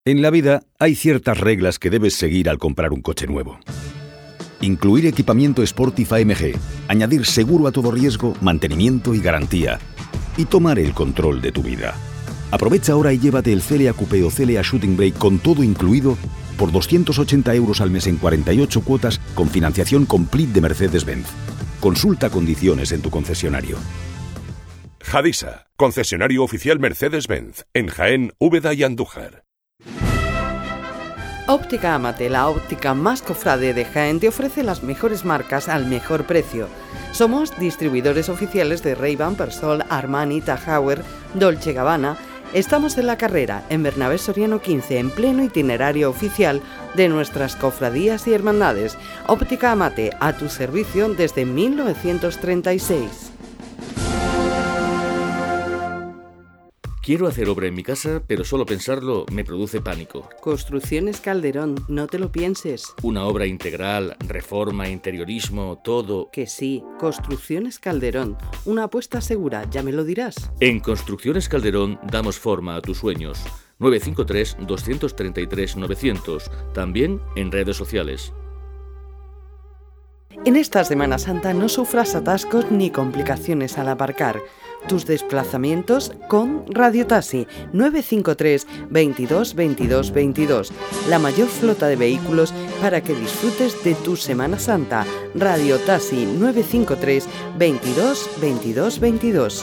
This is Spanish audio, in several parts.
En la vida hay ciertas reglas que debes seguir al comprar un coche nuevo. Incluir equipamiento Sportif AMG, añadir seguro a todo riesgo, mantenimiento y garantía. Y tomar el control de tu vida. Aprovecha ahora y llévate el CLA Coupé o CLA Shooting Brake con todo incluido por 280 € al mes en 48 cuotas con financiación complete de Mercedes-Benz. Consulta condiciones en tu concesionario. Hadisa, concesionario oficial Mercedes-Benz, en Jaén, Úbeda y Andújar. Óptica Amate, la óptica más cofrade de Jaén, te ofrece las mejores marcas al mejor precio. Somos distribuidores oficiales de Ray-Ban, Persol, Armani, Tahauer, Dolce & Gabbana. Estamos en La Carrera, en Bernabé Soriano 15, en pleno itinerario oficial de nuestras cofradías y hermandades. Óptica Amate, a tu servicio desde 1936. Quiero hacer obra en mi casa, pero solo pensarlo me produce pánico. Construcciones Calderón, no te lo pienses. Una obra integral, reforma, interiorismo, todo. Que sí, Construcciones Calderón, una apuesta segura, ya me lo dirás. En Construcciones Calderón damos forma a tus sueños. 953-233-900, también en redes sociales. En esta Semana Santa no sufras atascos ni complicaciones al aparcar. Tus desplazamientos con Radio Taxi 953 22 22 22. La mayor flota de vehículos para que disfrutes de tu Semana Santa. Radio Taxi 953 22 22 22.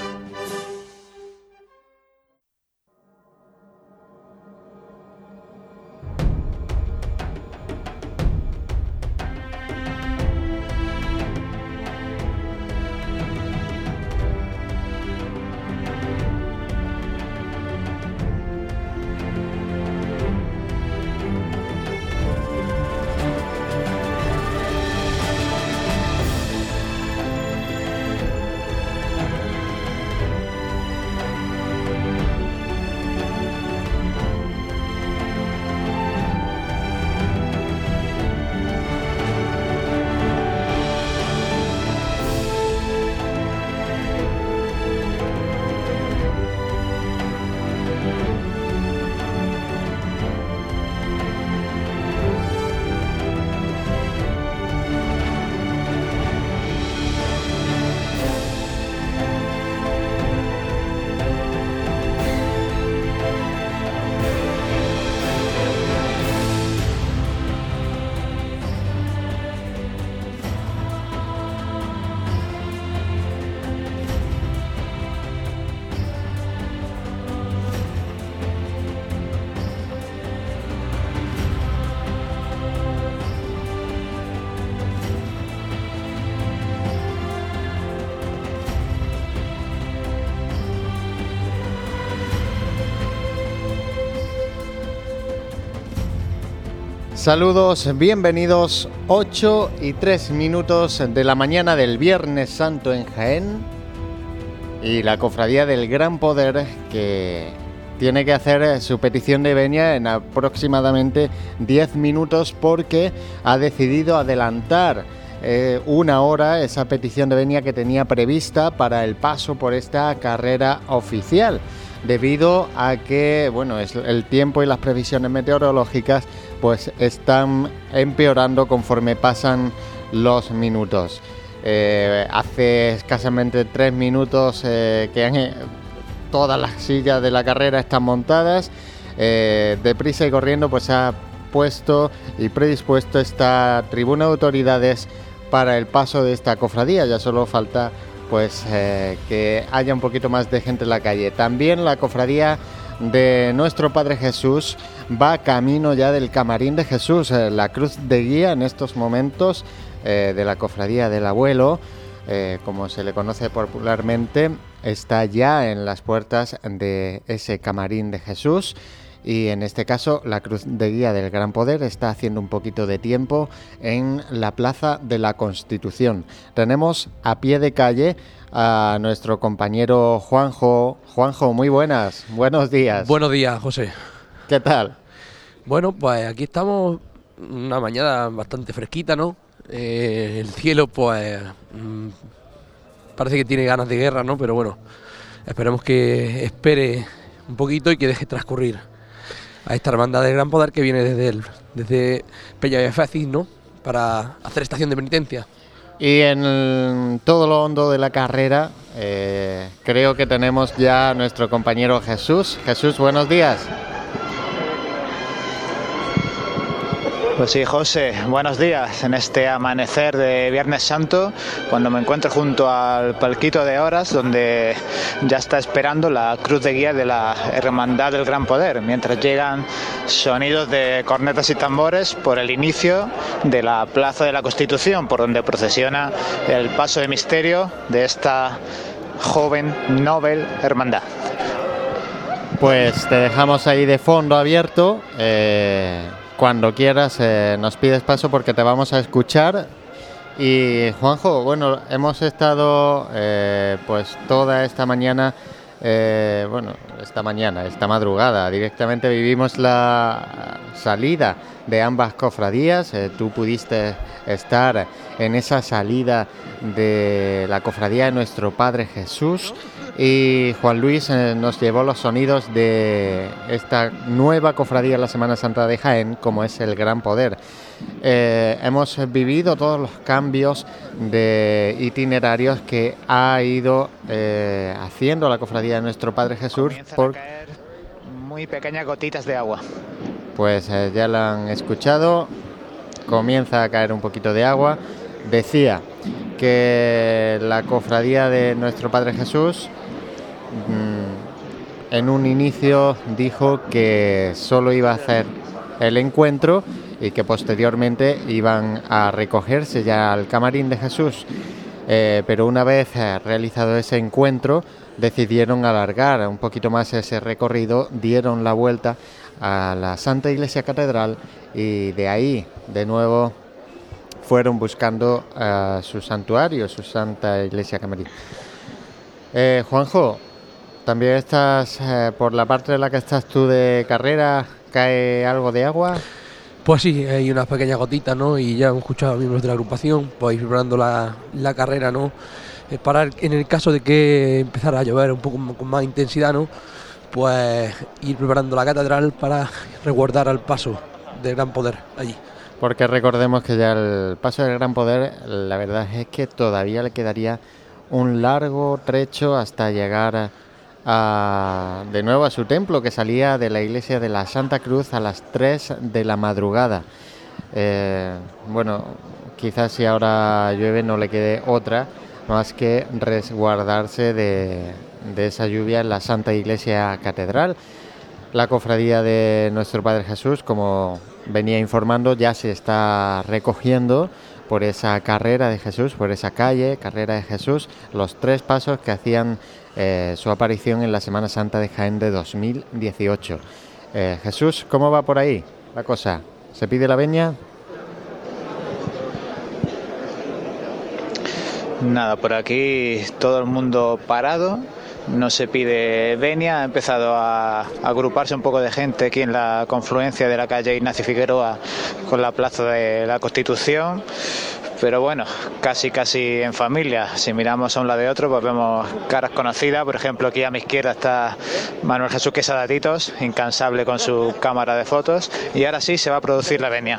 Saludos, bienvenidos. 8:03 de la mañana del Viernes Santo en Jaén. Y la Cofradía del Gran Poder, que tiene que hacer su petición de venia en aproximadamente 10 minutos porque ha decidido adelantar una hora esa petición de venia que tenía prevista para el paso por esta carrera oficial, debido a que, bueno, el tiempo y las previsiones meteorológicas pues están empeorando conforme pasan los minutos. Hace escasamente 3 minutos que todas las sillas de la carrera están montadas. Deprisa y corriendo pues ha puesto y predispuesto esta tribuna de autoridades para el paso de esta cofradía. Ya solo falta pues que haya un poquito más de gente en la calle. También la cofradía de Nuestro Padre Jesús va camino ya del Camarín de Jesús, la cruz de guía en estos momentos de la cofradía del Abuelo, como se le conoce popularmente, está ya en las puertas de ese Camarín de Jesús. Y en este caso la cruz de guía del Gran Poder está haciendo un poquito de tiempo en la Plaza de la Constitución. Tenemos a pie de calle a nuestro compañero Juanjo. Juanjo, muy buenas, buenos días. Buenos días, José. ¿Qué tal? Bueno, pues aquí estamos, una mañana bastante fresquita, ¿no? El cielo, pues, parece que tiene ganas de guerra, ¿no? Pero bueno, esperemos que espere un poquito y que deje transcurrir. a esta hermandad del Gran Poder que viene desde Peñafécis, ¿no?, para hacer estación de penitencia. Y en todo lo hondo de la carrera, creo que tenemos ya a nuestro compañero Jesús. Jesús, buenos días. Pues sí, José, buenos días. En este amanecer de Viernes Santo, cuando me encuentro junto al palquito de Horas, donde ya está esperando la cruz de guía de la Hermandad del Gran Poder, mientras llegan sonidos de cornetas y tambores por el inicio de la Plaza de la Constitución, por donde procesiona el paso de misterio de esta joven, noble hermandad. Pues te dejamos ahí de fondo abierto. Cuando quieras nos pides paso porque te vamos a escuchar. Y Juanjo, bueno, hemos estado pues toda esta mañana, esta madrugada, directamente vivimos la salida de ambas cofradías. Tú pudiste estar en esa salida de la cofradía de Nuestro Padre Jesús. Y Juan Luis nos llevó los sonidos de esta nueva cofradía en la Semana Santa de Jaén, como es el Gran Poder. Hemos vivido todos los cambios de itinerarios que ha ido haciendo la cofradía de Nuestro Padre Jesús. Comienzan a caer muy pequeñas gotitas de agua. Pues ya lo han escuchado, comienza a caer un poquito de agua. Decía que la cofradía de Nuestro Padre Jesús en un inicio dijo que solo iba a hacer el encuentro y que posteriormente iban a recogerse ya al camarín de Jesús, pero una vez realizado ese encuentro decidieron alargar un poquito más ese recorrido, dieron la vuelta a la Santa Iglesia Catedral y de ahí de nuevo fueron buscando su santuario, su Santa Iglesia Camarín. Juanjo, también estás por la parte de la que estás tú de carrera, ¿cae algo de agua? Pues sí, hay unas pequeñas gotitas, ¿no? Y ya hemos escuchado a los miembros de la agrupación, pues ir preparando la carrera, ¿no? Para en el caso de que empezara a llover un poco con más intensidad, ¿no?, pues ir preparando la catedral para resguardar al paso del Gran Poder allí. Porque recordemos que ya el paso del Gran Poder, la verdad es que todavía le quedaría un largo trecho hasta llegar de nuevo a su templo, que salía de la iglesia de la Santa Cruz a las 3 de la madrugada. Bueno, quizás si ahora llueve no le quede otra más que resguardarse de esa lluvia en la Santa Iglesia Catedral. La cofradía de Nuestro Padre Jesús, como venía informando, ya se está recogiendo por esa carrera de Jesús, por esa calle, carrera de Jesús, los 3 pasos que hacían su aparición en la Semana Santa de Jaén de 2018. Jesús, ¿cómo va por ahí la cosa? ¿Se pide la venia? Nada, por aquí todo el mundo parado, no se pide venia, ha empezado a agruparse un poco de gente aquí en la confluencia de la calle Ignacio Figueroa con la Plaza de la Constitución, pero bueno, casi en familia. Si miramos a un lado de otro, pues vemos caras conocidas. Por ejemplo, aquí a mi izquierda está Manuel Jesús Quesada Titos, incansable con su cámara de fotos, y ahora sí se va a producir la venia.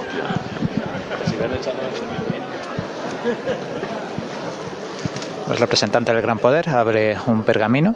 El representante del Gran Poder abre un pergamino.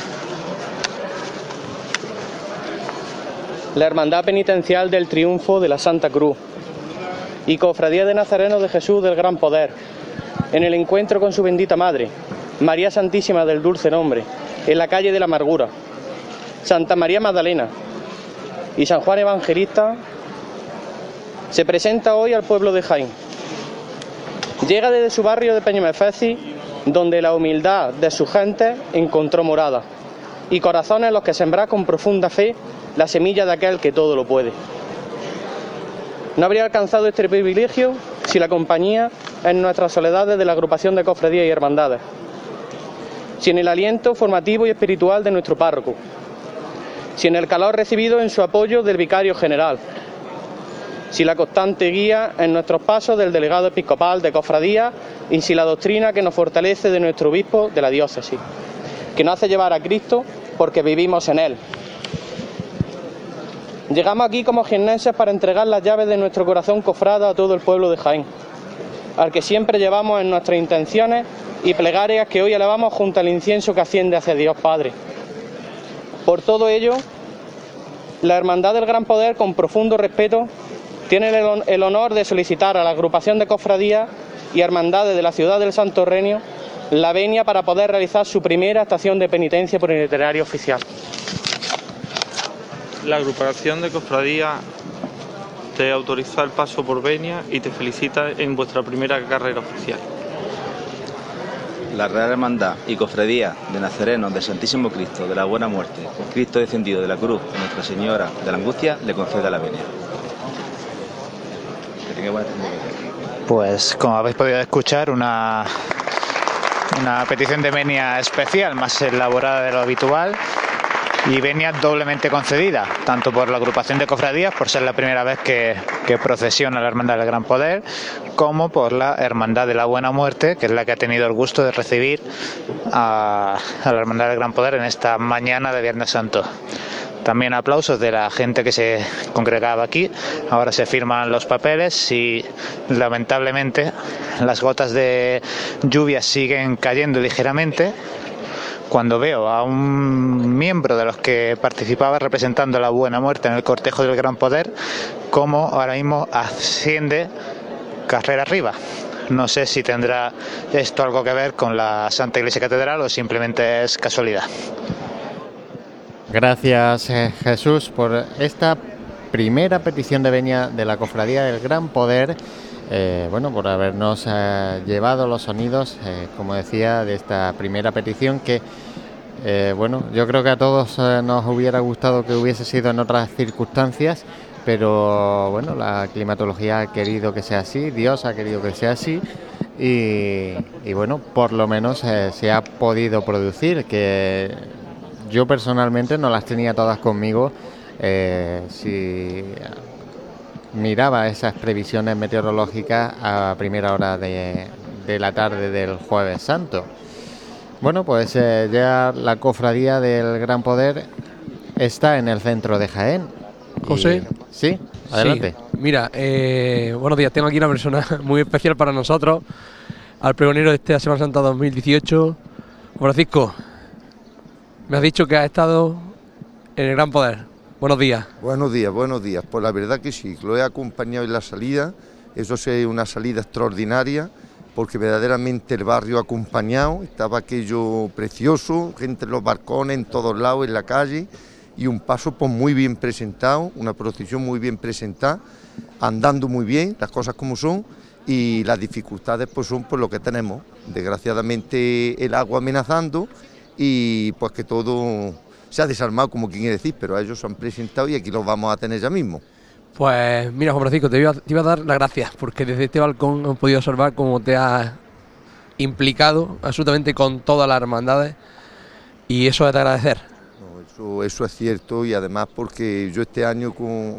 La Hermandad Penitencial del Triunfo de la Santa Cruz y Cofradía de Nazarenos de Jesús del Gran Poder, en el encuentro con su bendita Madre, María Santísima del Dulce Nombre, en la calle de la Amargura, Santa María Magdalena y San Juan Evangelista, se presenta hoy al pueblo de Jaén. Llega desde su barrio de Peñafécis, donde la humildad de su gente encontró morada, y corazones en los que sembrar con profunda fe la semilla de aquel que todo lo puede. No habría alcanzado este privilegio si la compañía en nuestras soledades de la agrupación de cofradías y hermandades, sin el aliento formativo y espiritual de nuestro párroco, sin el calor recibido en su apoyo del vicario general, sin la constante guía en nuestros pasos del delegado episcopal de cofradía y sin la doctrina que nos fortalece de nuestro obispo de la diócesis, que nos hace llevar a Cristo porque vivimos en él. Llegamos aquí como jiennenses para entregar las llaves de nuestro corazón cofrada a todo el pueblo de Jaén, al que siempre llevamos en nuestras intenciones y plegarias que hoy elevamos junto al incienso que asciende hacia Dios Padre. Por todo ello, la Hermandad del Gran Poder, con profundo respeto, tiene el honor de solicitar a la agrupación de cofradías y hermandades de la ciudad del Santo Renio la venia para poder realizar su primera estación de penitencia por el itinerario oficial. La agrupación de cofradías te autoriza el paso por venia y te felicita en vuestra primera carrera oficial. La Real Hermandad y Cofradía de Nazarenos del Santísimo Cristo de la Buena Muerte, Cristo descendido de la cruz, Nuestra Señora de la Angustia, le concede la venia. Pues como habéis podido escuchar, una petición de venia especial, más elaborada de lo habitual, y venia doblemente concedida, tanto por la agrupación de cofradías, por ser la primera vez que procesiona la Hermandad del Gran Poder, como por la Hermandad de la Buena Muerte, que es la que ha tenido el gusto de recibir a la Hermandad del Gran Poder en esta mañana de Viernes Santo. También aplausos de la gente que se congregaba aquí. Ahora se firman los papeles y lamentablemente las gotas de lluvia siguen cayendo ligeramente. Cuando veo a un miembro de los que participaba representando la Buena Muerte en el cortejo del Gran Poder, como ahora mismo asciende carrera arriba. No sé si tendrá esto algo que ver con la Santa Iglesia Catedral o simplemente es casualidad. Gracias, Jesús, por esta primera petición de venia de la Cofradía del Gran Poder. Por habernos llevado los sonidos, como decía, de esta primera petición que, yo creo que a todos nos hubiera gustado que hubiese sido en otras circunstancias, pero la climatología ha querido que sea así, Dios ha querido que sea así y por lo menos se ha podido producir, que yo personalmente no las tenía todas conmigo. Si miraba esas previsiones meteorológicas a primera hora de la tarde del Jueves Santo. Ya la Cofradía del Gran Poder está en el centro de Jaén. José. Sí, adelante. Sí. Mira, buenos días. Tengo aquí una persona muy especial para nosotros, al pregonero de esta Semana Santa 2018, Francisco. Me has dicho que has estado en el Gran Poder. Buenos días. Buenos días. Pues la verdad que sí, lo he acompañado en la salida. Eso es una salida extraordinaria, porque verdaderamente el barrio acompañado, estaba aquello precioso, gente en los balcones, en todos lados, en la calle, y un paso pues muy bien presentado, una procesión muy bien presentada, andando muy bien, las cosas como son, y las dificultades pues son por lo que tenemos. Desgraciadamente el agua amenazando, y pues que todo se ha desarmado, como quien quiere decir, pero a ellos se han presentado y aquí los vamos a tener ya mismo. Pues mira, Juan Francisco, te iba a dar las gracias, porque desde este balcón hemos podido observar cómo te has implicado absolutamente con todas las hermandades, y eso es de agradecer. No, eso es cierto, y además porque yo este año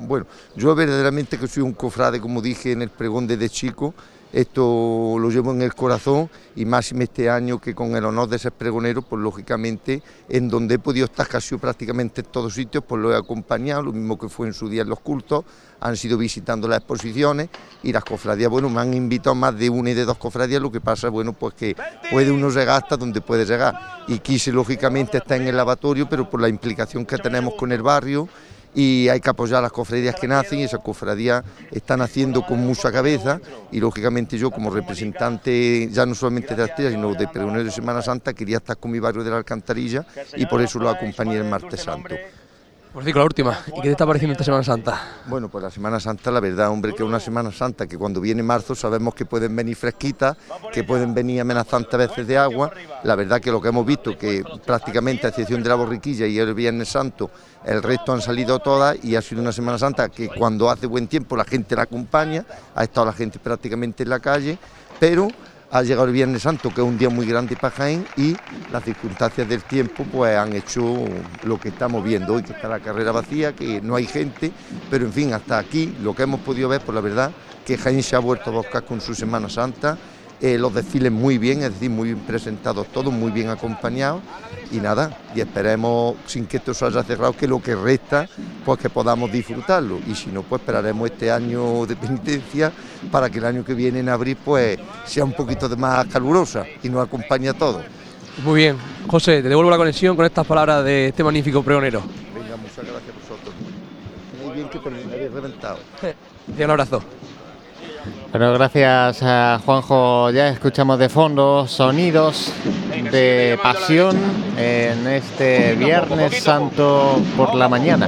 yo verdaderamente que soy un cofrade, como dije en el pregón desde chico, esto lo llevo en el corazón, y más este año que con el honor de ser pregonero, pues lógicamente en donde he podido estar casi prácticamente en todos sitios, pues lo he acompañado, lo mismo que fue en su día en los cultos, han sido visitando las exposiciones y las cofradías, me han invitado más de una y de dos cofradías, lo que pasa, pues que puede uno llegar hasta donde puede llegar, y quise lógicamente estar en el lavatorio, pero por la implicación que tenemos con el barrio, y hay que apoyar a las cofradías que nacen, y esas cofradías están haciendo con mucha cabeza, y lógicamente yo como representante ya no solamente de Asturias, sino de pregonero de Semana Santa, quería estar con mi barrio de la Alcantarilla, y por eso lo acompañé el martes santo. Por decir, la última, ¿y qué te está pareciendo esta Semana Santa? Bueno, pues la Semana Santa, la verdad, hombre, que es una Semana Santa que cuando viene marzo sabemos que pueden venir fresquitas, que pueden venir amenazantes a veces de agua. La verdad que lo que hemos visto, que prácticamente a excepción de la Borriquilla y el Viernes Santo, el resto han salido todas, y ha sido una Semana Santa que cuando hace buen tiempo la gente la acompaña, ha estado la gente prácticamente en la calle, pero ha llegado el Viernes Santo, que es un día muy grande para Jaén, y las circunstancias del tiempo pues han hecho lo que estamos viendo hoy, que está la carrera vacía, que no hay gente, pero en fin, hasta aquí lo que hemos podido ver, pues la verdad que Jaén se ha vuelto a buscar con su Semana Santa, los desfiles muy bien, es decir, muy bien presentados todos, muy bien acompañados, y nada, y esperemos, sin que esto se haya cerrado, que lo que resta, pues que podamos disfrutarlo, y si no, pues esperaremos este año de penitencia para que el año que viene, en abril, pues sea un poquito más calurosa y nos acompañe a todos. Muy bien, José, te devuelvo la conexión con estas palabras de este magnífico pregonero. Venga, muchas gracias a vosotros. Muy bien que terminaréis reventado. Un abrazo. Bueno, gracias a Juanjo. Ya escuchamos de fondo sonidos de pasión en este Viernes Santo por la mañana.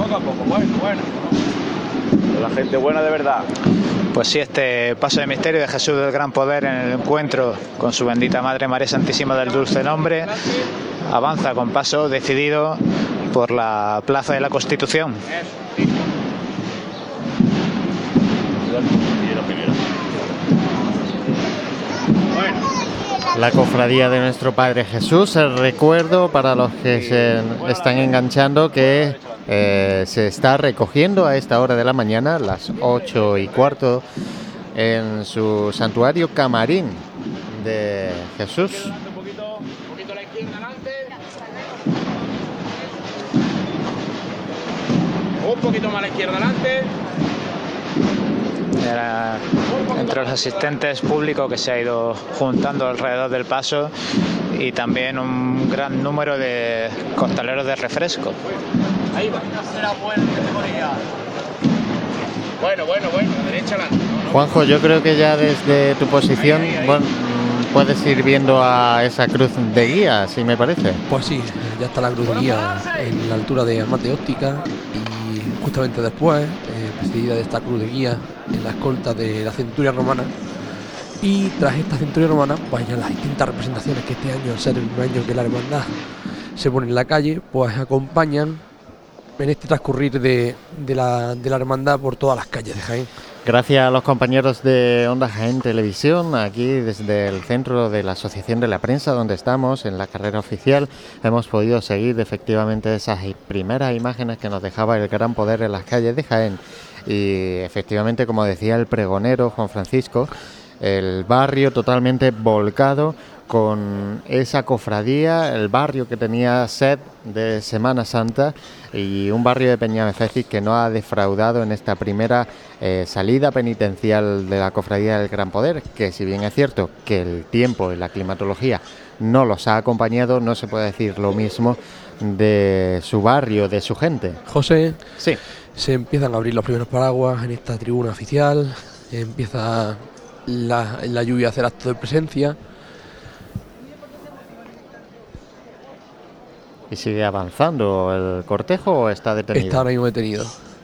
La gente buena de verdad. Pues sí, este paso de misterio de Jesús del Gran Poder en el encuentro con su bendita Madre María Santísima del Dulce Nombre avanza con paso decidido por la Plaza de la Constitución. La cofradía de nuestro Padre Jesús, el recuerdo para los que se están enganchando que se está recogiendo a esta hora de la mañana, las 8:15, en su santuario camarín de Jesús. Un poquito más a la izquierda adelante. Era entre los asistentes públicos que se ha ido juntando alrededor del paso y también un gran número de costaleros de refresco. Ahí va. Será buena categoría. Bueno, derecha adelante. Juanjo, yo creo que ya desde tu posición bueno, puedes ir viendo a esa cruz de guía, si me parece. Pues sí, ya está la cruz de guía en la altura de Amate Óptica y justamente después, precedida de esta cruz de guía en la escolta de la centuria romana. Y tras esta centuria romana, pues ya las distintas representaciones que este año, al ser el año que la hermandad se pone en la calle, pues acompañan en este transcurrir de la hermandad por todas las calles de Jaén. Gracias a los compañeros de Onda Jaén Televisión, aquí desde el centro de la Asociación de la Prensa, donde estamos, en la carrera oficial, hemos podido seguir efectivamente esas primeras imágenes que nos dejaba el Gran Poder en las calles de Jaén. Y efectivamente, como decía el pregonero Juan Francisco, el barrio totalmente volcado con esa cofradía, el barrio que tenía sed de Semana Santa y un barrio de Peñafécis que no ha defraudado en esta primera salida penitencial de la cofradía del Gran Poder, que si bien es cierto que el tiempo y la climatología no los ha acompañado, no se puede decir lo mismo de su barrio, de su gente. José, sí, se empiezan a abrir los primeros paraguas en esta tribuna oficial, empieza la lluvia a hacer acto de presencia. ¿Y sigue avanzando el cortejo o está detenido? Está ahora mismo detenido.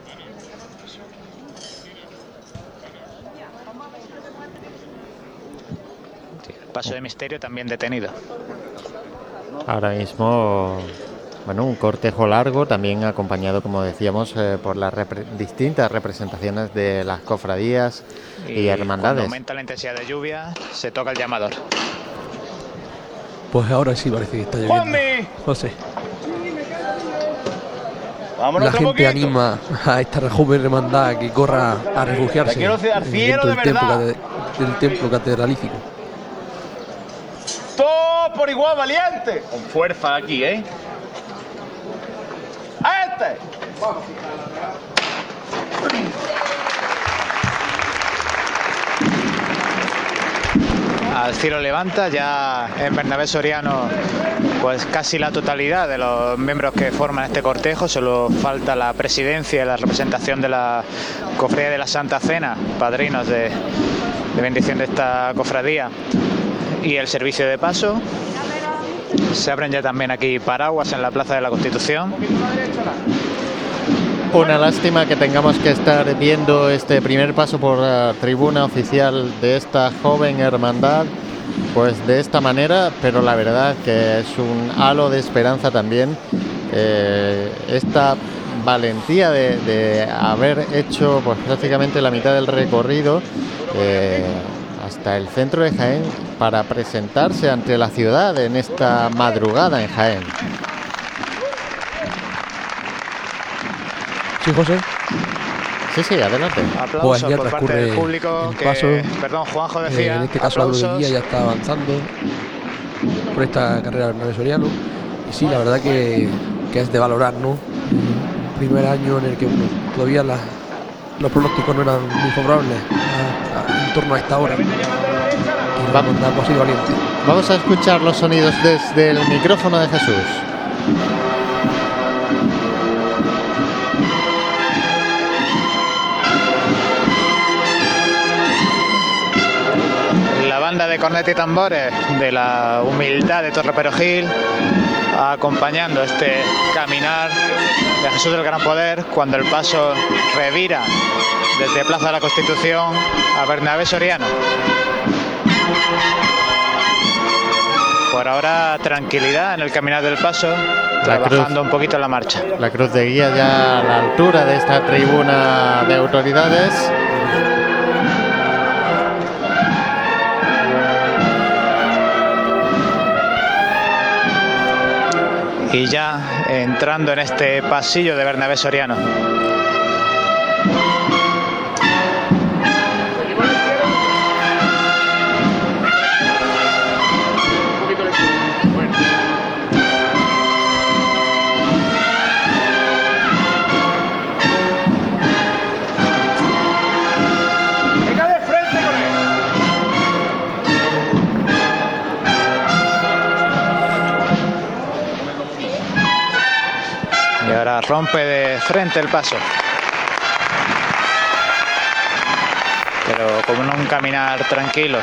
El paso de misterio también detenido. Ahora mismo, bueno, un cortejo largo, también acompañado, como decíamos, por las distintas representaciones de las cofradías y hermandades. Cuando aumenta la intensidad de lluvia, se toca el llamador. Pues ahora sí parece que está lloviendo. José. Vámonos, la gente poquito. Anima a esta joven hermandad que corra a refugiarse dentro del templo catedralícico. Todo por igual, valiente. Con fuerza aquí, ¿eh? ¡A este! Al cielo levanta ya en Bernabé Soriano, pues casi la totalidad de los miembros que forman este cortejo. Solo falta la presidencia y la representación de la cofradía de la Santa Cena, padrinos de bendición de esta cofradía, y el servicio de paso. Se abren ya también aquí paraguas en la Plaza de la Constitución. Una lástima que tengamos que estar viendo este primer paso por la tribuna oficial de esta joven hermandad, pues de esta manera, pero la verdad que es un halo de esperanza también, esta valentía de haber hecho pues prácticamente la mitad del recorrido hasta el centro de Jaén para presentarse ante la ciudad en esta madrugada en Jaén. ¿Sí, José? Sí, adelante. Aplausos Pues ya por parte transcurre del público. el paso. Perdón, Juanjo decía. En este caso la aplausos. guía ya está avanzando por esta carrera del Bernabé Soriano. Y sí, la verdad que es de valorar, ¿no? Un primer año en el que todavía los pronósticos no eran muy favorables en torno a esta hora. Y vamos a dar valiente. Vamos a escuchar los sonidos desde el micrófono de Jesús. La banda de cornet y tambores de la humildad de Torre Perejil, acompañando este caminar de Jesús del Gran Poder, cuando el paso revira desde Plaza de la Constitución a Bernabé Soriano. Por ahora tranquilidad en el caminar del paso, trabajando un poquito en la marcha. La cruz de guía ya a la altura de esta tribuna de autoridades. Y ya entrando en este pasillo de Bernabé Soriano. Rompe de frente el paso, pero como en un caminar tranquilo.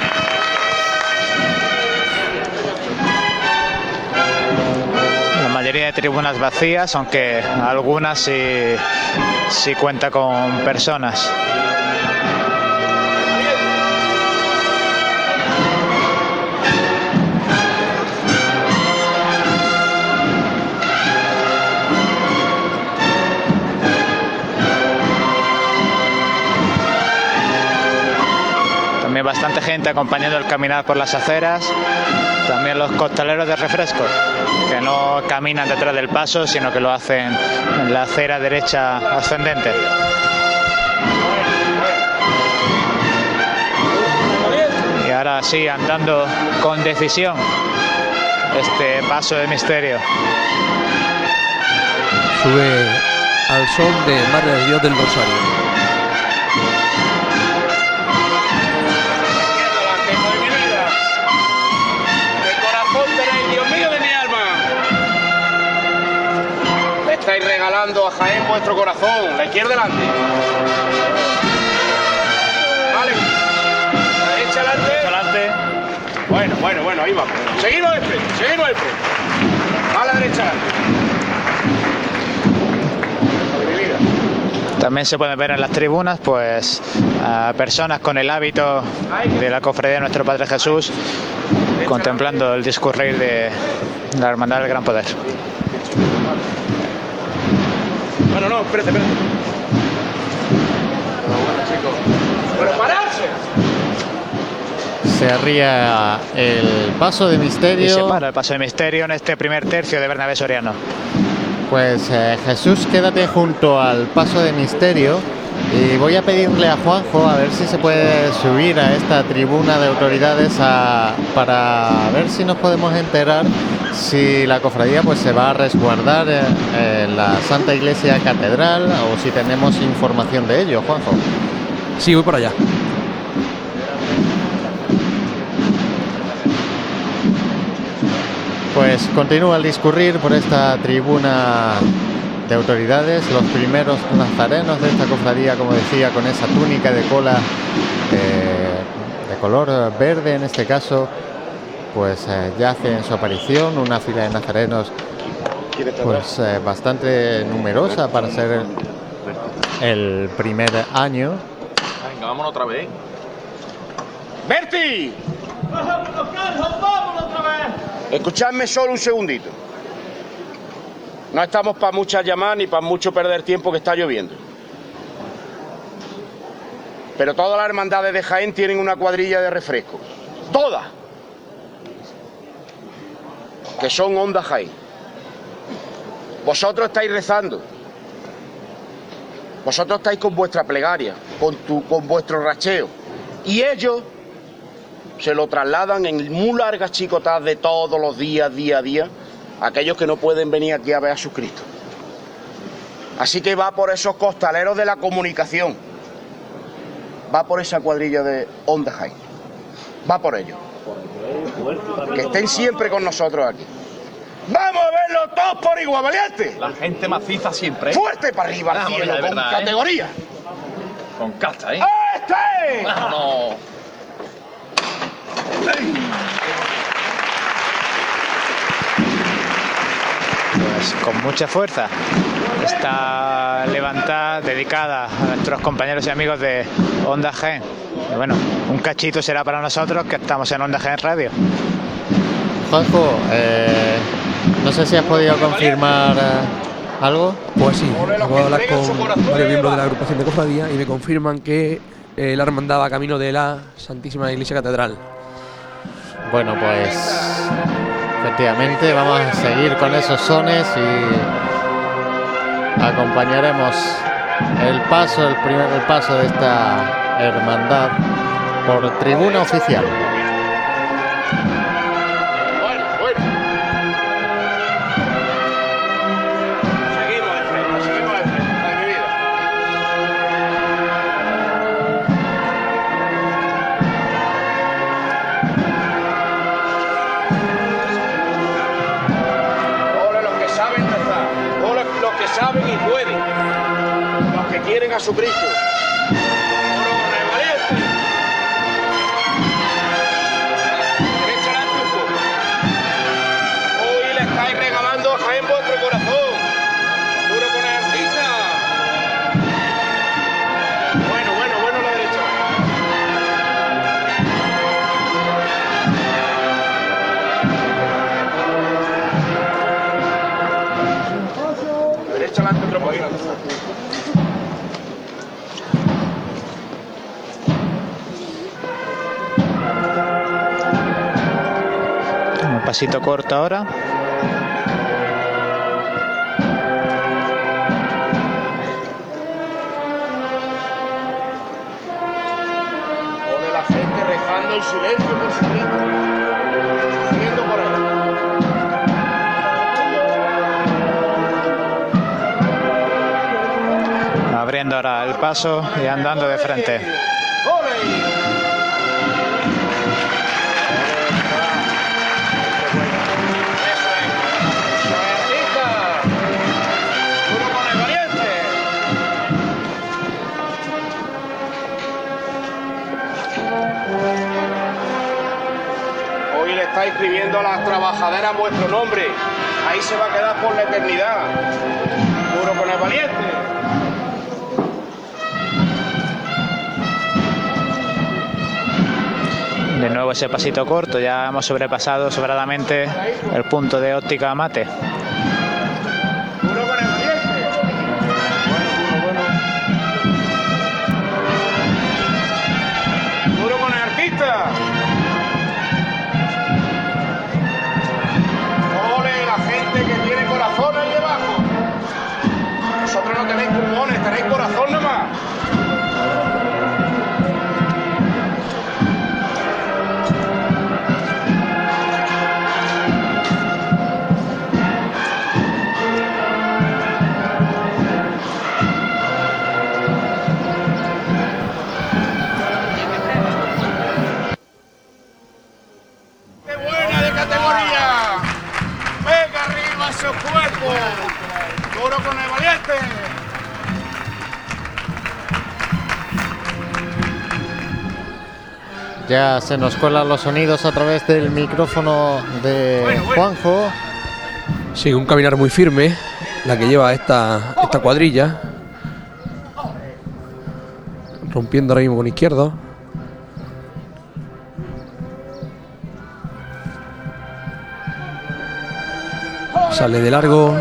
La mayoría de tribunas vacías, aunque algunas sí cuenta con personas. Bastante gente acompañando el caminar por las aceras, también los costaleros de refrescos, que no caminan detrás del paso, sino que lo hacen en la acera derecha ascendente. Y ahora sí, andando con decisión este paso de misterio. Sube al son de Madre de Dios del Rosario. Estáis regalando a Jaén vuestro corazón. La izquierda delante. Vale. La derecha adelante. Bueno, ahí vamos. Seguimos el frente. A la derecha adelante. También se pueden ver en las tribunas pues a personas con el hábito de la cofradía de Nuestro Padre Jesús, contemplando el discurrir de la Hermandad del Gran Poder. No, espérate. Bueno, chicos. Bueno, pararse. Se arría el paso de misterio. Y se para el paso de misterio en este primer tercio de Bernabé Soriano. Pues Jesús, quédate junto al paso de misterio y voy a pedirle a Juanjo a ver si se puede subir a esta tribuna de autoridades para ver si nos podemos enterar si la cofradía pues se va a resguardar en la Santa Iglesia Catedral o si tenemos información de ello, Juanjo. Sí, voy por allá. Pues continúa el discurrir por esta tribuna de autoridades, los primeros nazarenos de esta cofradía, como decía, con esa túnica de cola de color verde en este caso, pues ya hacen su aparición, una fila de nazarenos pues bastante numerosa para ser el primer año. Venga, vámonos otra vez. ¡Berti! ¡Vámonos otra vez! Escuchadme solo un segundito. No estamos para muchas llamadas ni para mucho perder tiempo, que está lloviendo. Pero todas las hermandades de Jaén tienen una cuadrilla de refrescos. ¡Todas! Que son Onda Jaén. Vosotros estáis rezando. Vosotros estáis con vuestra plegaria, con vuestro racheo. Y ellos se lo trasladan en muy largas chicotadas de todos los días, día a día, a aquellos que no pueden venir aquí a ver a sus Cristos. Así que va por esos costaleros de la comunicación. Va por esa cuadrilla de Onda Jaén. Va por ellos. Que estén siempre con nosotros aquí. ¡Vamos a verlo todos por igual, valiente! La gente maciza siempre. ¡Fuerte para arriba al cielo, con verdad, categoría! Con casta, ¿eh? ¡Este! ¡Vámonos! Pues con mucha fuerza. Esta levantada dedicada a nuestros compañeros y amigos de Onda Jaén. Y bueno, un cachito será para nosotros que estamos en Onda Jaén Radio. Juanjo, no sé si has podido confirmar algo. Pues sí, acabo de hablar con varios miembros de la agrupación de cofradía y me confirman que la hermandad va camino de la Santísima Iglesia Catedral. Bueno, pues efectivamente vamos a seguir con esos sones y acompañaremos el paso de esta hermandad por tribuna oficial. Saben y pueden, los que quieren a su Cristo. Oro con el valiente. Derecha adelante un poco. Hoy le estáis regalando a Jaén vuestro corazón. Duro con el artista. Bueno la derecha. Un pasito corto ahora. Pone la gente rezando en silencio por su Cristo. Siguiendo por él. Abriendo ahora el paso y andando de frente. Hoy le está escribiendo a las trabajaderas vuestro nombre. Ahí se va a quedar por la eternidad. Duro con el valiente. De nuevo ese pasito corto, ya hemos sobrepasado sobradamente el punto de óptica Amate. Duro con el artista. Ole, la gente que tiene corazón ahí debajo. Vosotros no tenéis pulmones, tenéis corazón nomás. Duro con el valiente. Ya se nos cuelan los sonidos a través del micrófono de Juanjo. Sí, un caminar muy firme la que lleva esta cuadrilla, rompiendo ahora mismo con izquierdo. Sale de largo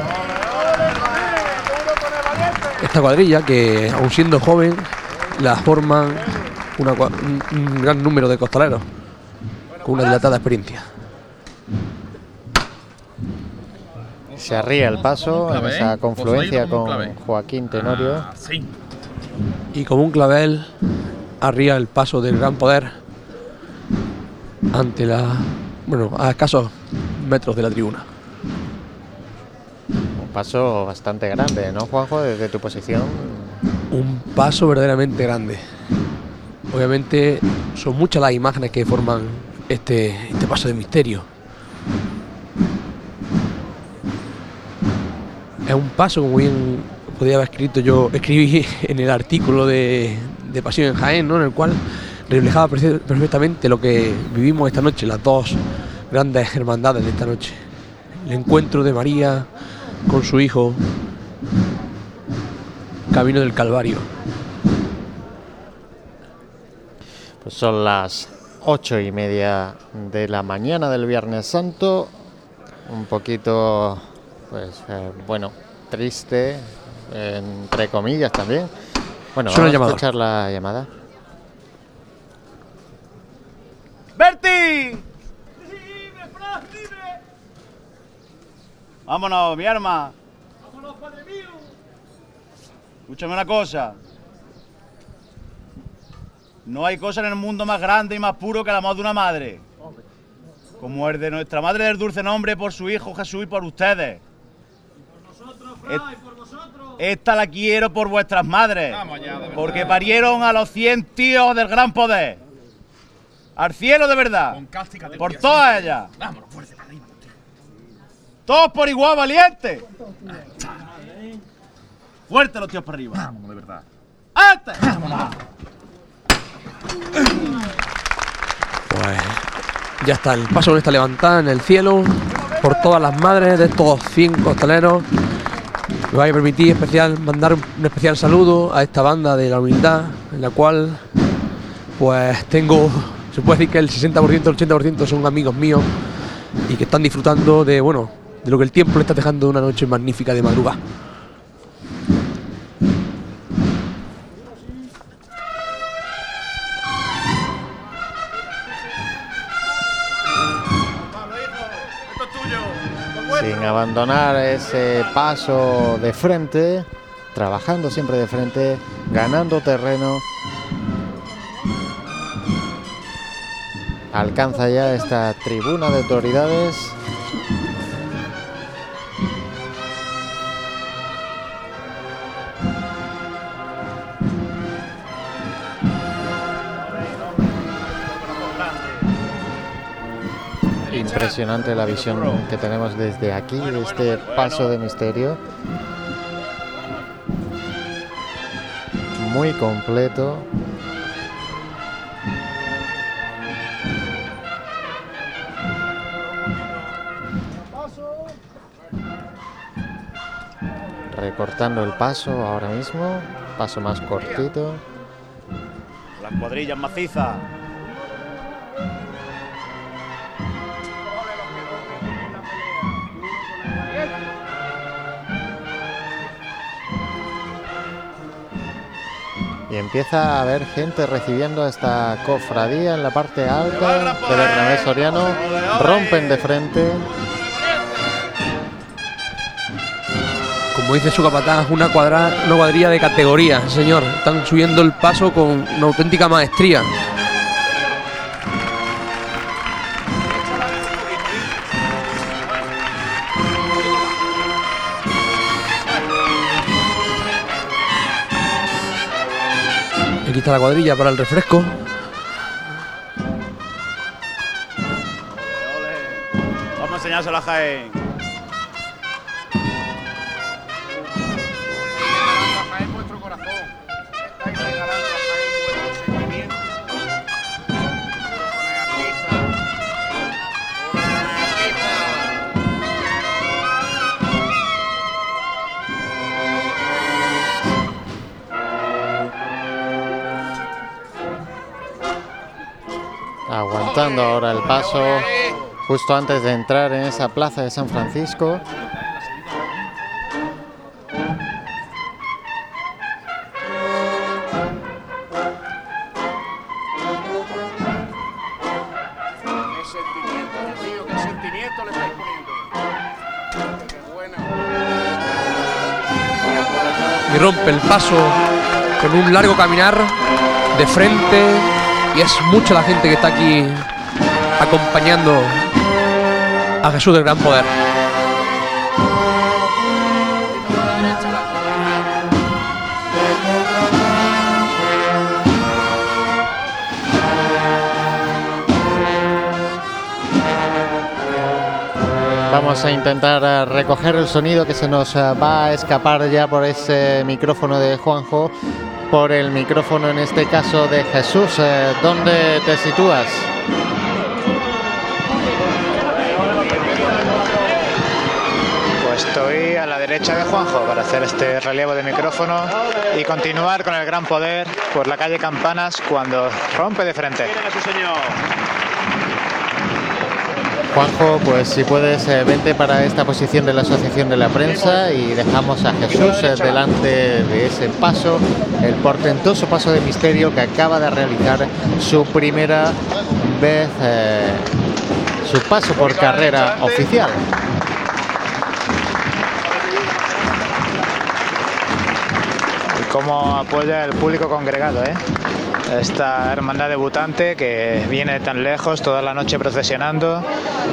esta cuadrilla que, aun siendo joven, la forman un gran número de costaleros con una dilatada experiencia. Se arría el paso en esa confluencia con Joaquín Tenorio. Sí. y como un clavel arría el paso del Gran Poder ante a escasos metros de la tribuna. Un paso bastante grande, ¿no, Juanjo? Desde tu posición. Un paso verdaderamente grande. Obviamente son muchas las imágenes que forman este paso de misterio. Es un paso, como bien podía haber escribí en el artículo de Pasión en Jaén, ¿no? En el cual reflejaba perfectamente lo que vivimos esta noche, las dos grandes hermandades de esta noche. El encuentro de María con su hijo, camino del Calvario. Pues son las 8:30 de la mañana del Viernes Santo. Un poquito, triste, entre comillas también. Bueno, vamos a escuchar la llamada. ¡Berti! ¡Dime! Vámonos, mi arma. Vámonos, padre mío. Escúchame una cosa. No hay cosa en el mundo más grande y más puro que el amor de una madre. Como el de nuestra Madre del Dulce Nombre por su Hijo Jesús y por ustedes. Y por nosotros, Fray, por vosotros. Esta la quiero por vuestras madres. Porque parieron a los 100 tíos del Gran Poder. Al cielo de verdad. Por todas ellas. Vámonos, fuerte para arriba. Todos por igual, valientes. Fuerte los tíos para arriba. Vámonos, de verdad. ¡Arte! ¡Vámonos! Pues ya está, el paso con esta levantada en el cielo por todas las madres de estos 100 costaleros. Me vais a permitir mandar un especial saludo a esta banda de la humildad, en la cual pues tengo, se puede decir que el 60%, el 80% son amigos míos y que están disfrutando de lo que el tiempo le está dejando una noche magnífica de madrugada. Sin abandonar ese paso de frente, trabajando siempre de frente, ganando terreno. Alcanza ya esta tribuna de autoridades. Impresionante la visión que tenemos desde aquí, de este paso de misterio. Muy completo. Recortando el paso ahora mismo, paso más cortito. Las cuadrillas macizas. Y empieza a haber gente recibiendo esta cofradía en la parte alta de Bernabé Soriano. Rompen de frente. Como dice su capataz, una cuadrilla de categoría, señor. Están subiendo el paso con una auténtica maestría. Aquí está la cuadrilla para el refresco. Vamos a enseñárselo a Jaén. Aguantando ahora el paso justo antes de entrar en esa plaza de San Francisco. ¿Qué sentimiento le estáis poniendo? Qué buena. Y rompe el paso con un largo caminar de frente, y es mucha la gente que está aquí acompañando a Jesús del Gran Poder. Vamos a intentar recoger el sonido que se nos va a escapar ya por ese micrófono de Juanjo, por el micrófono en este caso de Jesús. ¿Dónde te sitúas? Pues estoy a la derecha de Juanjo para hacer este relevo de micrófono y continuar con el Gran Poder por la calle Campanas cuando rompe de frente. Juanjo, pues si puedes, vente para esta posición de la Asociación de la Prensa y dejamos a Jesús delante de ese paso, el portentoso paso de misterio que acaba de realizar su primera vez, su paso por carrera oficial. Y cómo apoya el público congregado, esta hermandad debutante que viene tan lejos, toda la noche procesionando,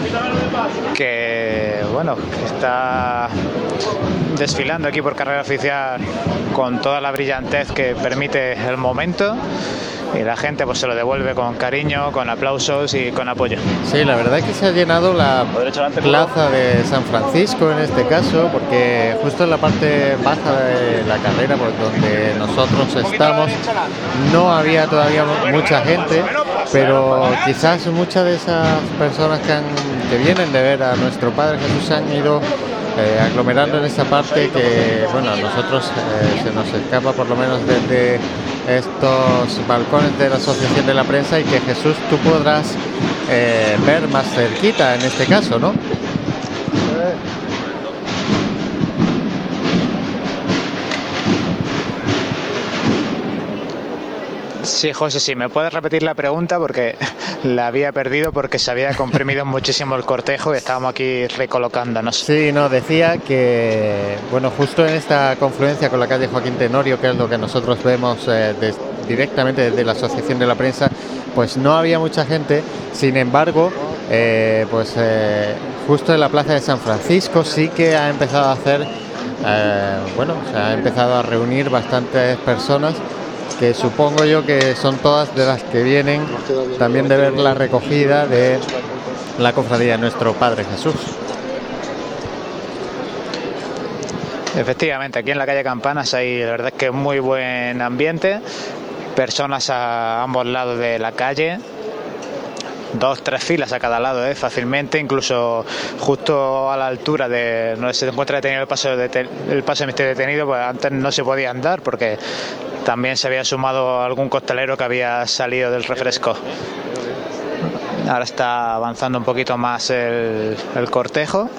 que bueno, está desfilando aquí por carrera oficial con toda la brillantez que permite el momento, y la gente pues se lo devuelve con cariño, con aplausos y con apoyo. Sí, la verdad es que se ha llenado la plaza de San Francisco en este caso, porque justo en la parte baja de la carrera, por donde nosotros estamos, no había todavía mucha gente, pero quizás muchas de esas personas que vienen de ver a nuestro Padre Jesús se han ido aglomerando en esa parte que, bueno, a nosotros se nos escapa por lo menos desde estos balcones de la Asociación de la Prensa, y que Jesús tú podrás ver más cerquita en este caso, ¿no? Sí, José, sí, ¿me puedes repetir la pregunta? Porque la había perdido porque se había comprimido muchísimo el cortejo y estábamos aquí recolocándonos. Sí, no, decía que, bueno, justo en esta confluencia con la calle Joaquín Tenorio, que es lo que nosotros vemos directamente desde la Asociación de la Prensa, pues no había mucha gente. Sin embargo, justo en la plaza de San Francisco sí que ha empezado a hacer, se ha empezado a reunir bastantes personas, que supongo yo que son todas de las que vienen también de ver la recogida de la cofradía de nuestro Padre Jesús. Efectivamente, aquí en la calle Campanas hay, la verdad es que muy buen ambiente, personas a ambos lados de la calle, 2-3 filas a cada lado, fácilmente, incluso justo a la altura de donde se encuentra detenido el paso de misterio detenido, pues antes no se podía andar porque también se había sumado algún costalero que había salido del refresco. Ahora está avanzando un poquito más el cortejo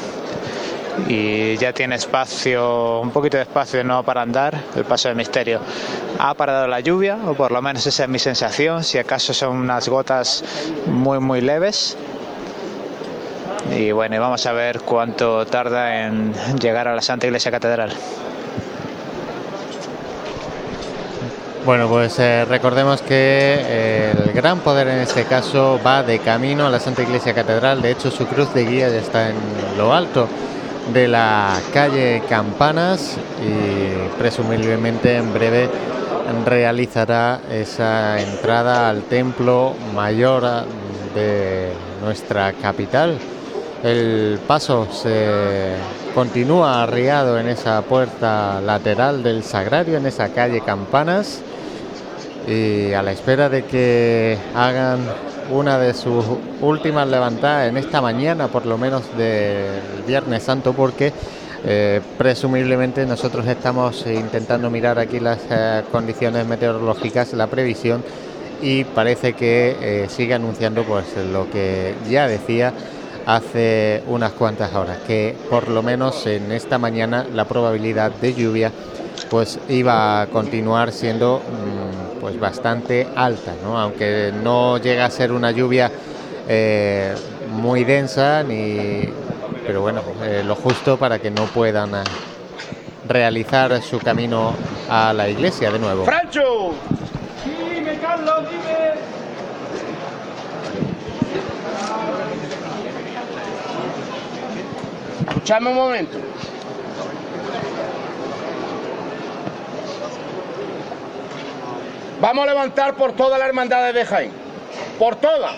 y ya tiene espacio, un poquito de espacio no para andar, el paso de misterio. Ha parado la lluvia, o por lo menos esa es mi sensación, si acaso son unas gotas muy muy leves. Y bueno, vamos a ver cuánto tarda en llegar a la Santa Iglesia Catedral. Bueno, pues recordemos que el Gran Poder en este caso va de camino a la Santa Iglesia Catedral. De hecho, su cruz de guía ya está en lo alto de la calle Campanas y presumiblemente en breve realizará esa entrada al templo mayor de nuestra capital. El paso se continúa arriado en esa puerta lateral del Sagrario, en esa calle Campanas, y a la espera de que hagan una de sus últimas levantadas en esta mañana, por lo menos del Viernes Santo, porque presumiblemente nosotros estamos intentando mirar aquí las condiciones meteorológicas, la previsión, y parece que sigue anunciando pues lo que ya decía hace unas cuantas horas, que por lo menos en esta mañana la probabilidad de lluvia pues iba a continuar siendo pues bastante alta, ¿no? Aunque no llega a ser una lluvia muy densa, pero bueno, lo justo para que no puedan realizar su camino a la iglesia de nuevo. ¡Francho! Dime, Carlos, dime. Escuchadme un momento. Vamos a levantar por todas las hermandades de Jaén. Por todas.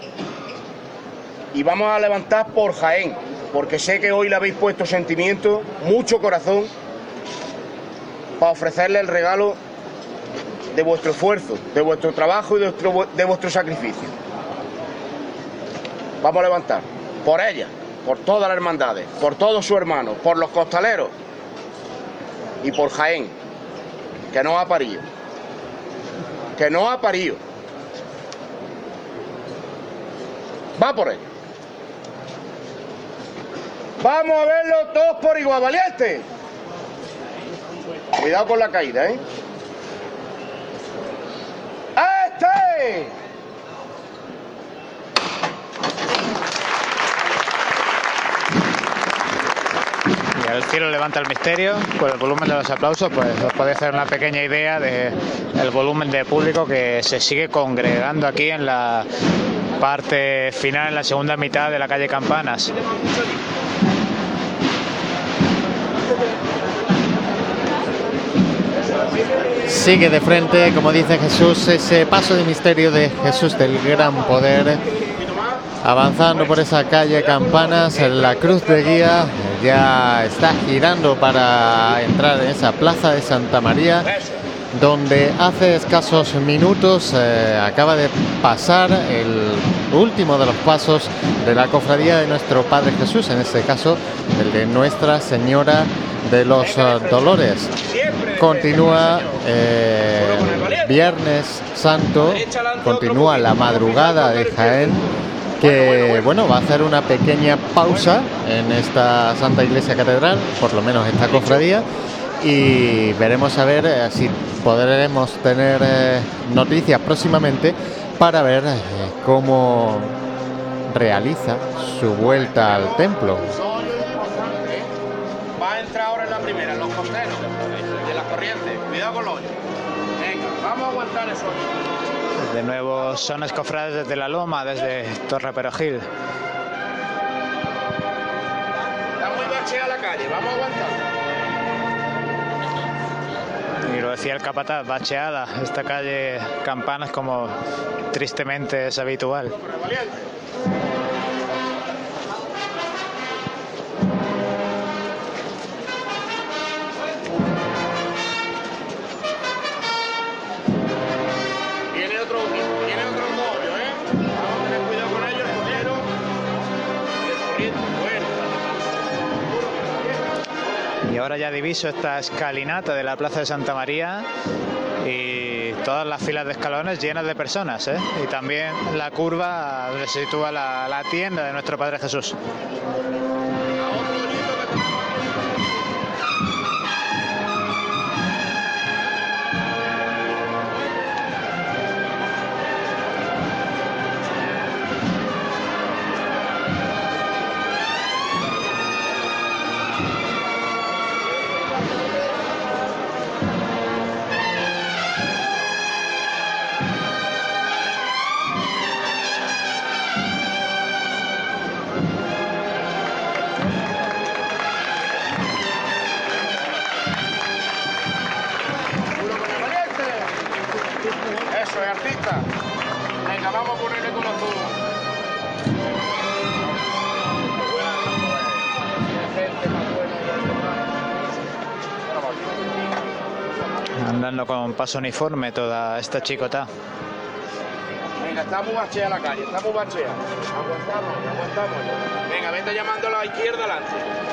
Y vamos a levantar por Jaén. Porque sé que hoy le habéis puesto sentimiento, mucho corazón, para ofrecerle el regalo de vuestro esfuerzo, de vuestro trabajo y de vuestro sacrificio. Vamos a levantar por ella, por todas las hermandades, por todos sus hermanos, por los costaleros y por Jaén, que no ha parido. Que no ha parido. Va por él. Vamos a verlo todos por igual, valiente. Cuidado con la caída, ¿eh? ¡Este! Y el cielo levanta el misterio. Por el volumen de los aplausos, pues os podéis hacer una pequeña idea del volumen de público que se sigue congregando aquí en la parte final, en la segunda mitad de la calle Campanas. Sigue de frente, como dice Jesús, ese paso de misterio de Jesús del Gran Poder, avanzando por esa calle Campanas. La cruz de guía ya está girando para entrar en esa plaza de Santa María, donde hace escasos minutos acaba de pasar el último de los pasos de la cofradía de nuestro Padre Jesús, en este caso el de Nuestra Señora de los Dolores. Continúa Viernes Santo, continúa la madrugada de Jaén, que bueno, va a hacer una pequeña pausa en esta Santa Iglesia Catedral, por lo menos esta cofradía, y veremos a ver si podremos tener noticias próximamente para ver cómo realiza su vuelta al templo. Va a entrar ahora en la primera, en los costeros de la corriente. Cuidado con los hoyos. Venga, vamos a aguantar eso. De nuevo sones cofrades desde la Loma, desde Torre Perojil. Está muy bacheada la calle, vamos a aguantar. Y lo decía el capataz, bacheada esta calle Campanas, como tristemente es habitual. Viene otro novio, ¿eh? Vamos a tener cuidado con ellos, costero. El corriente, bueno. Y ahora ya diviso esta escalinata de la Plaza de Santa María y todas las filas de escalones llenas de personas, ¿eh? Y también la curva donde se sitúa la tienda de nuestro Padre Jesús. Eso es, artista. Venga, vamos a ponerle con los dos. Andando con paso uniforme toda esta chicota. Venga, está muy bachea la calle, está muy bachea. Aguantamos. Venga, vete llamando a la izquierda adelante.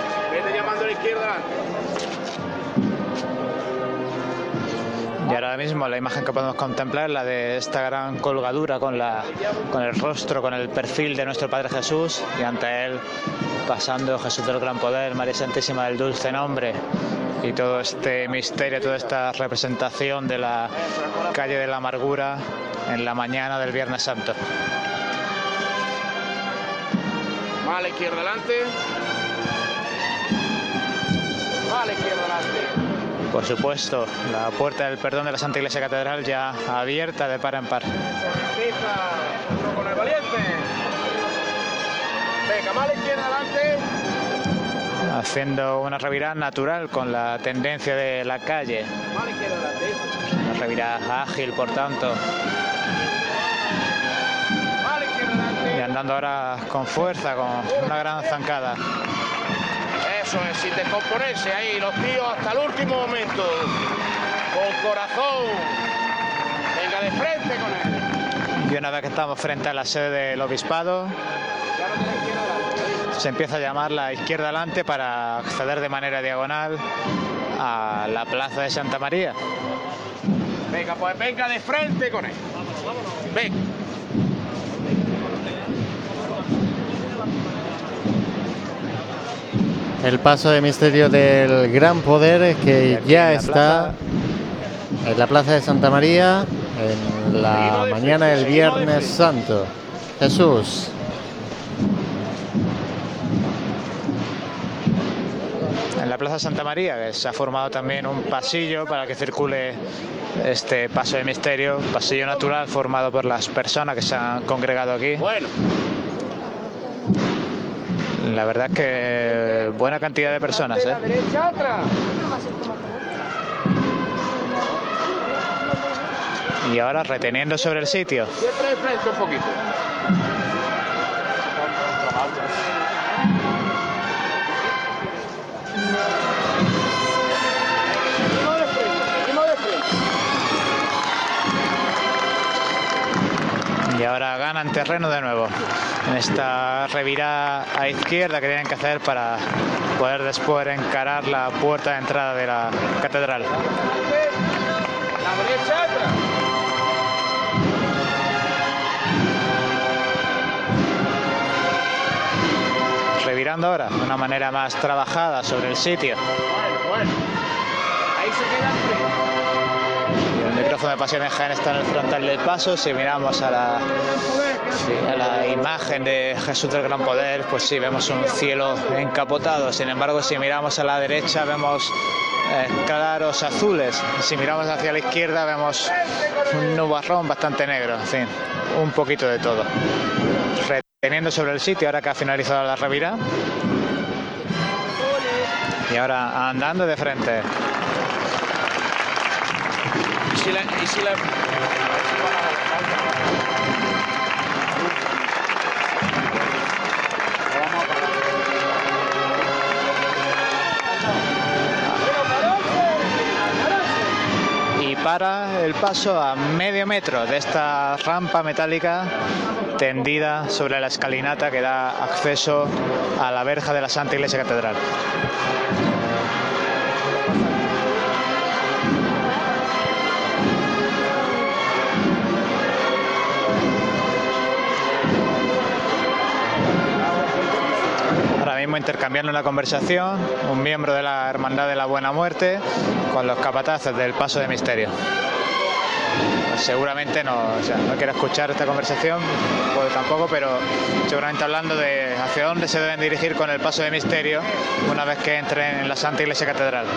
Y ahora mismo la imagen que podemos contemplar es la de esta gran colgadura con el rostro, con el perfil de nuestro Padre Jesús, y ante él pasando Jesús del Gran Poder, María Santísima del Dulce Nombre, y todo este misterio, toda esta representación de la calle de la Amargura en la mañana del Viernes Santo. Más a la izquierda adelante. Más a la izquierda adelante. Por supuesto, la puerta del perdón de la Santa Iglesia Catedral ya abierta de par en par. Empieza con el valiente. Venga, más a la izquierda adelante. Haciendo una revirada natural con la tendencia de la calle. Más a la izquierda adelante. Una revirada ágil, por tanto. Más a la izquierda adelante. Y andando ahora con fuerza, con una gran zancada. Eso es, sin descomponerse ahí, los tíos hasta el último momento. Con corazón. Venga, de frente con él. Y una vez que estamos frente a la sede del obispado, se empieza a llamar la izquierda adelante para acceder de manera diagonal a la plaza de Santa María. Venga, pues venga de frente con él. Venga. El paso de misterio del Gran Poder que ya está en la plaza de Santa María en la mañana del Viernes Santo. Jesús. En la plaza Santa María, que se ha formado también un pasillo para que circule este paso de misterio, pasillo natural formado por las personas que se han congregado aquí. Bueno. La verdad es que buena cantidad de personas, ¿eh? Derecha atrás. Y ahora reteniendo sobre el sitio. Siempre de frente un poquito. Y ahora ganan terreno de nuevo en esta revirada a izquierda que tienen que hacer para poder después encarar la puerta de entrada de la catedral. La derecha atrás. Revirando ahora de una manera más trabajada sobre el sitio. Bueno. Ahí se queda el frente. El micrófono de Pasión en Jaén está en el frontal del paso. Si miramos a la imagen de Jesús del Gran Poder, pues sí, vemos un cielo encapotado. Sin embargo, si miramos a la derecha, vemos claros azules. Si miramos hacia la izquierda, vemos un nubarrón bastante negro. En fin, un poquito de todo. Reteniendo sobre el sitio ahora que ha finalizado la revirada. Y ahora andando de frente. Y si la... Y para el paso a medio metro de esta rampa metálica tendida sobre la escalinata que da acceso a la verja de la Santa Iglesia Catedral. Intercambiando una conversación un miembro de la Hermandad de la Buena Muerte con los capataces del paso de misterio. Pues seguramente no quiero escuchar esta conversación, pues tampoco, pero seguramente hablando de hacia dónde se deben dirigir con el paso de misterio una vez que entren en la Santa Iglesia Catedral.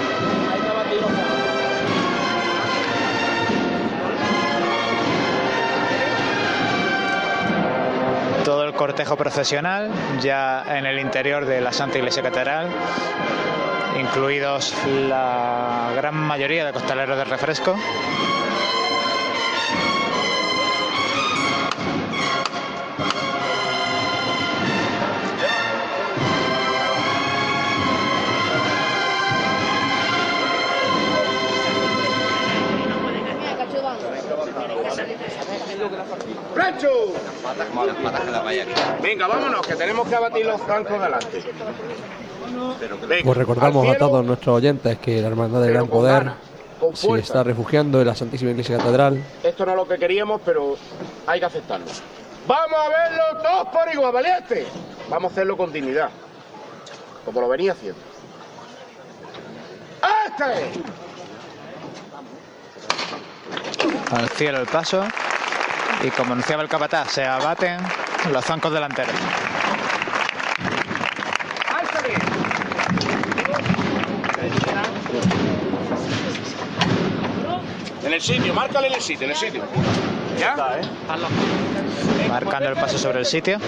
Todo el cortejo procesional ya en el interior de la Santa Iglesia Catedral, incluidos la gran mayoría de costaleros de refresco. ¡Plancho! Venga, vámonos, que tenemos que abatir los francos delante. Pues recordamos a todos nuestros oyentes que la Hermandad del Gran Poder se está refugiando en la Santísima Iglesia Catedral. Esto no es lo que queríamos, pero hay que aceptarlo. ¡Vamos a verlo todos por igual, valiente! Vamos a hacerlo con dignidad, como lo venía haciendo. ¡Este! Al cielo el paso. Y como anunciaba el capataz, se abaten los zancos delanteros. En el sitio, márcale en el sitio, ¿Ya? Marcando el paso sobre el sitio.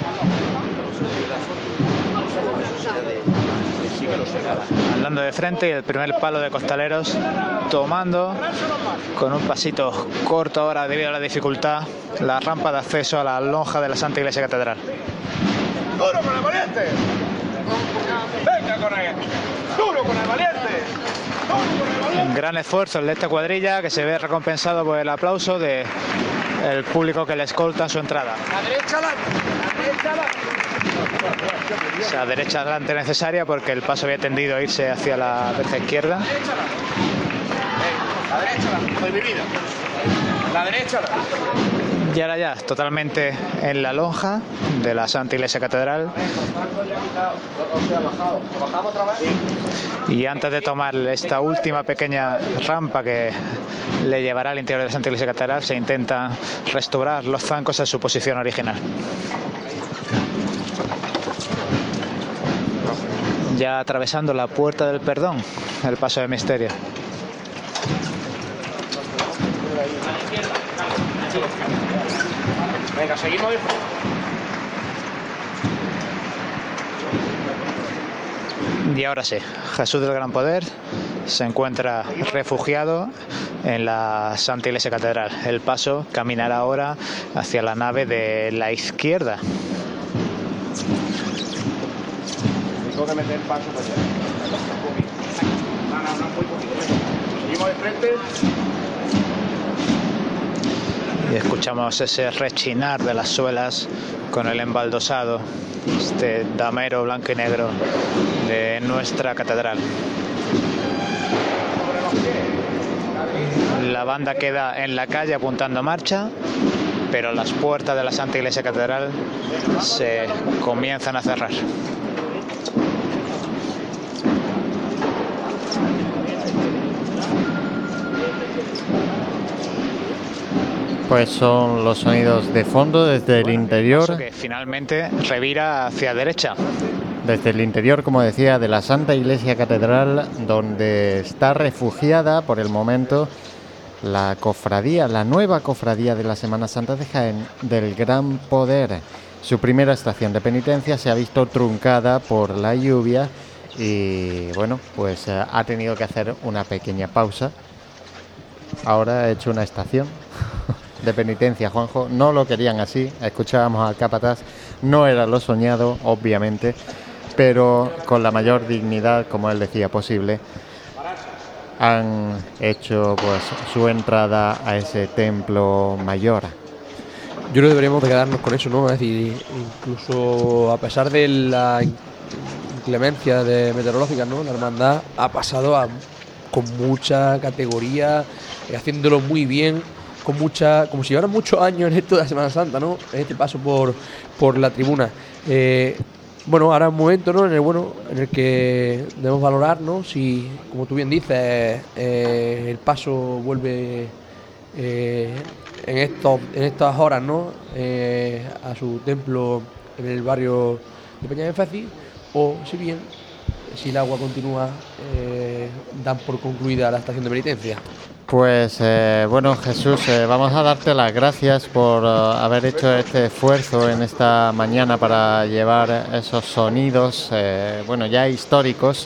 Andando de frente y el primer palo de Costaleros tomando con un pasito corto ahora debido a la dificultad la rampa de acceso a la lonja de la Santa Iglesia Catedral. ¡Duro con el valiente! ¡Venga con él! ¡Duro con el valiente! Un gran esfuerzo el de esta cuadrilla que se ve recompensado por el aplauso del público que le escolta en su entrada. ¡La derecha adelante! O sea, derecha adelante necesaria porque el paso había tendido a irse hacia la verja izquierda. La derecha, soy mi vida. La derecha. Y ahora ya, totalmente en la lonja de la Santa Iglesia Catedral. Y antes de tomar esta última pequeña rampa que le llevará al interior de la Santa Iglesia Catedral, se intenta restaurar los zancos en su posición original. Ya atravesando la puerta del perdón, el paso de misterio. Venga, seguimos. Y ahora sí, Jesús del Gran Poder se encuentra refugiado en la Santa Iglesia Catedral. El paso caminará ahora hacia la nave de la izquierda. Tengo que meter el paso para allá. No, muy poquito. Seguimos de frente. Y escuchamos ese rechinar de las suelas con el embaldosado, este damero blanco y negro de nuestra catedral. La banda queda en la calle apuntando marcha, pero las puertas de la Santa Iglesia Catedral se comienzan a cerrar. Pues son los sonidos de fondo desde el interior. Que finalmente revira hacia derecha. Desde el interior, como decía, de la Santa Iglesia Catedral, donde está refugiada por el momento la cofradía, la nueva cofradía de la Semana Santa de Jaén, del Gran Poder. Su primera estación de penitencia se ha visto truncada por la lluvia y, bueno, pues ha tenido que hacer una pequeña pausa. Ahora ha hecho una estación de penitencia, Juanjo. No lo querían así, escuchábamos al capataz, no era lo soñado, obviamente, pero con la mayor dignidad, como él decía, posible, han hecho pues su entrada a ese templo mayor. Yo creo que deberíamos de quedarnos con eso, ¿no? Es decir, incluso a pesar de la inclemencia meteorológica, ¿no? La hermandad ha pasado con mucha categoría, haciéndolo muy bien, como si llevaran muchos años en esto de la Semana Santa, ¿no? En este paso por la tribuna. Bueno, ahora es un momento, ¿no? En el que debemos valorar, ¿no? Si, como tú bien dices, el paso vuelve en estas horas, ¿no? A su templo en el barrio de Peña de Feci, o si el agua continúa, dan por concluida la estación de penitencia. Pues bueno, Jesús, vamos a darte las gracias por haber hecho este esfuerzo en esta mañana para llevar esos sonidos, bueno, ya históricos,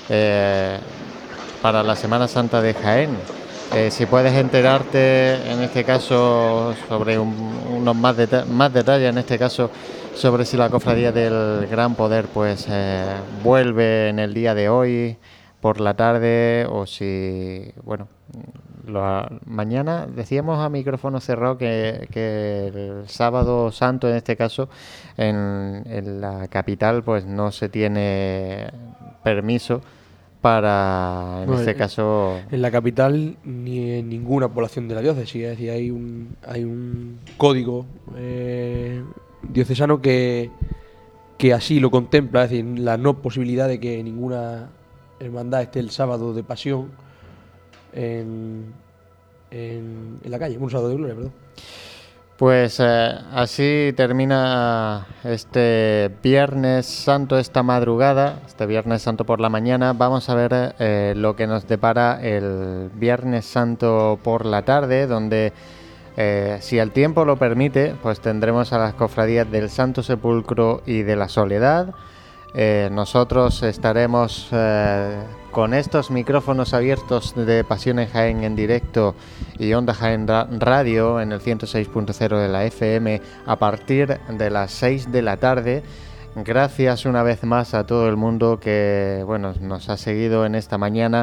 para la Semana Santa de Jaén. Si puedes enterarte, en este caso, sobre unos más detalles, en este caso, sobre si la cofradía del Gran Poder pues vuelve en el día de hoy por la tarde, o si, bueno, mañana decíamos a micrófono cerrado que el sábado santo, en este caso, en la capital pues no se tiene permiso para, en este caso... En la capital ni en ninguna población de la diócesis, es decir, hay un código diocesano que así lo contempla, es decir, la no posibilidad de que ninguna hermandad esté el sábado de pasión en la calle, un sábado de gloria, perdón. Pues así termina este Viernes Santo, esta madrugada, este Viernes Santo por la mañana. Vamos a ver lo que nos depara el Viernes Santo por la tarde, donde, si el tiempo lo permite, pues tendremos a las cofradías del Santo Sepulcro y de la Soledad. Nosotros estaremos con estos micrófonos abiertos de Pasión en Jaén en directo y Onda Jaén Radio en el 106.0 de la FM a partir de las 6 de la tarde. Gracias una vez más a todo el mundo que nos ha seguido en esta mañana.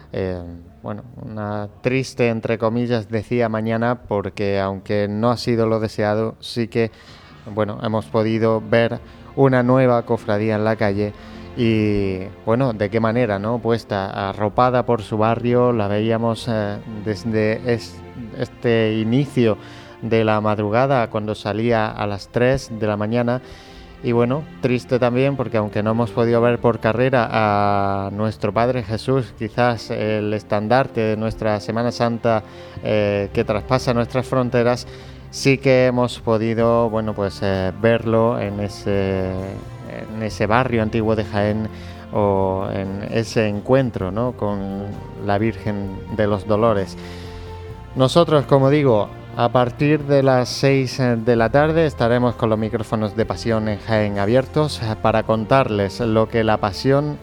Una triste, entre comillas, decía mañana, porque aunque no ha sido lo deseado, sí que hemos podido ver una nueva cofradía en la calle y de qué manera, ¿no? Puesta, arropada por su barrio, la veíamos desde este inicio de la madrugada, cuando salía a las 3 de la mañana. Y triste también porque aunque no hemos podido ver por carrera a nuestro Padre Jesús, quizás el estandarte de nuestra Semana Santa que traspasa nuestras fronteras, sí que hemos podido verlo en ese barrio antiguo de Jaén, o en ese encuentro, ¿no?, con la Virgen de los Dolores. Nosotros, como digo, a partir de las 6 de la tarde estaremos con los micrófonos de Pasión en Jaén abiertos para contarles lo que la Pasión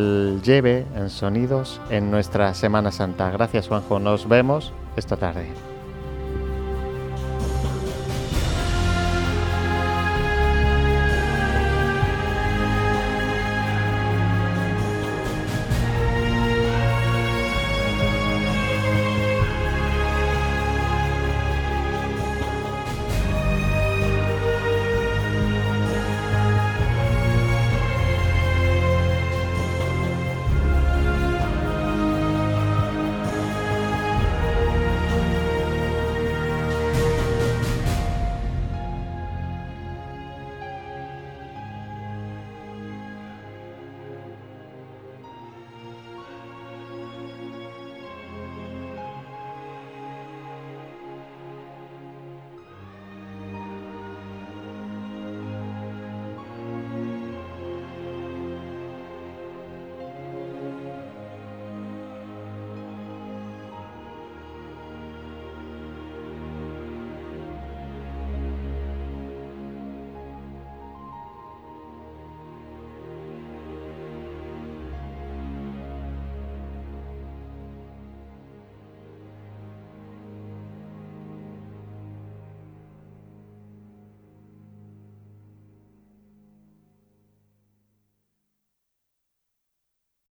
lleve en sonidos en nuestra Semana Santa. Gracias, Juanjo. Nos vemos esta tarde.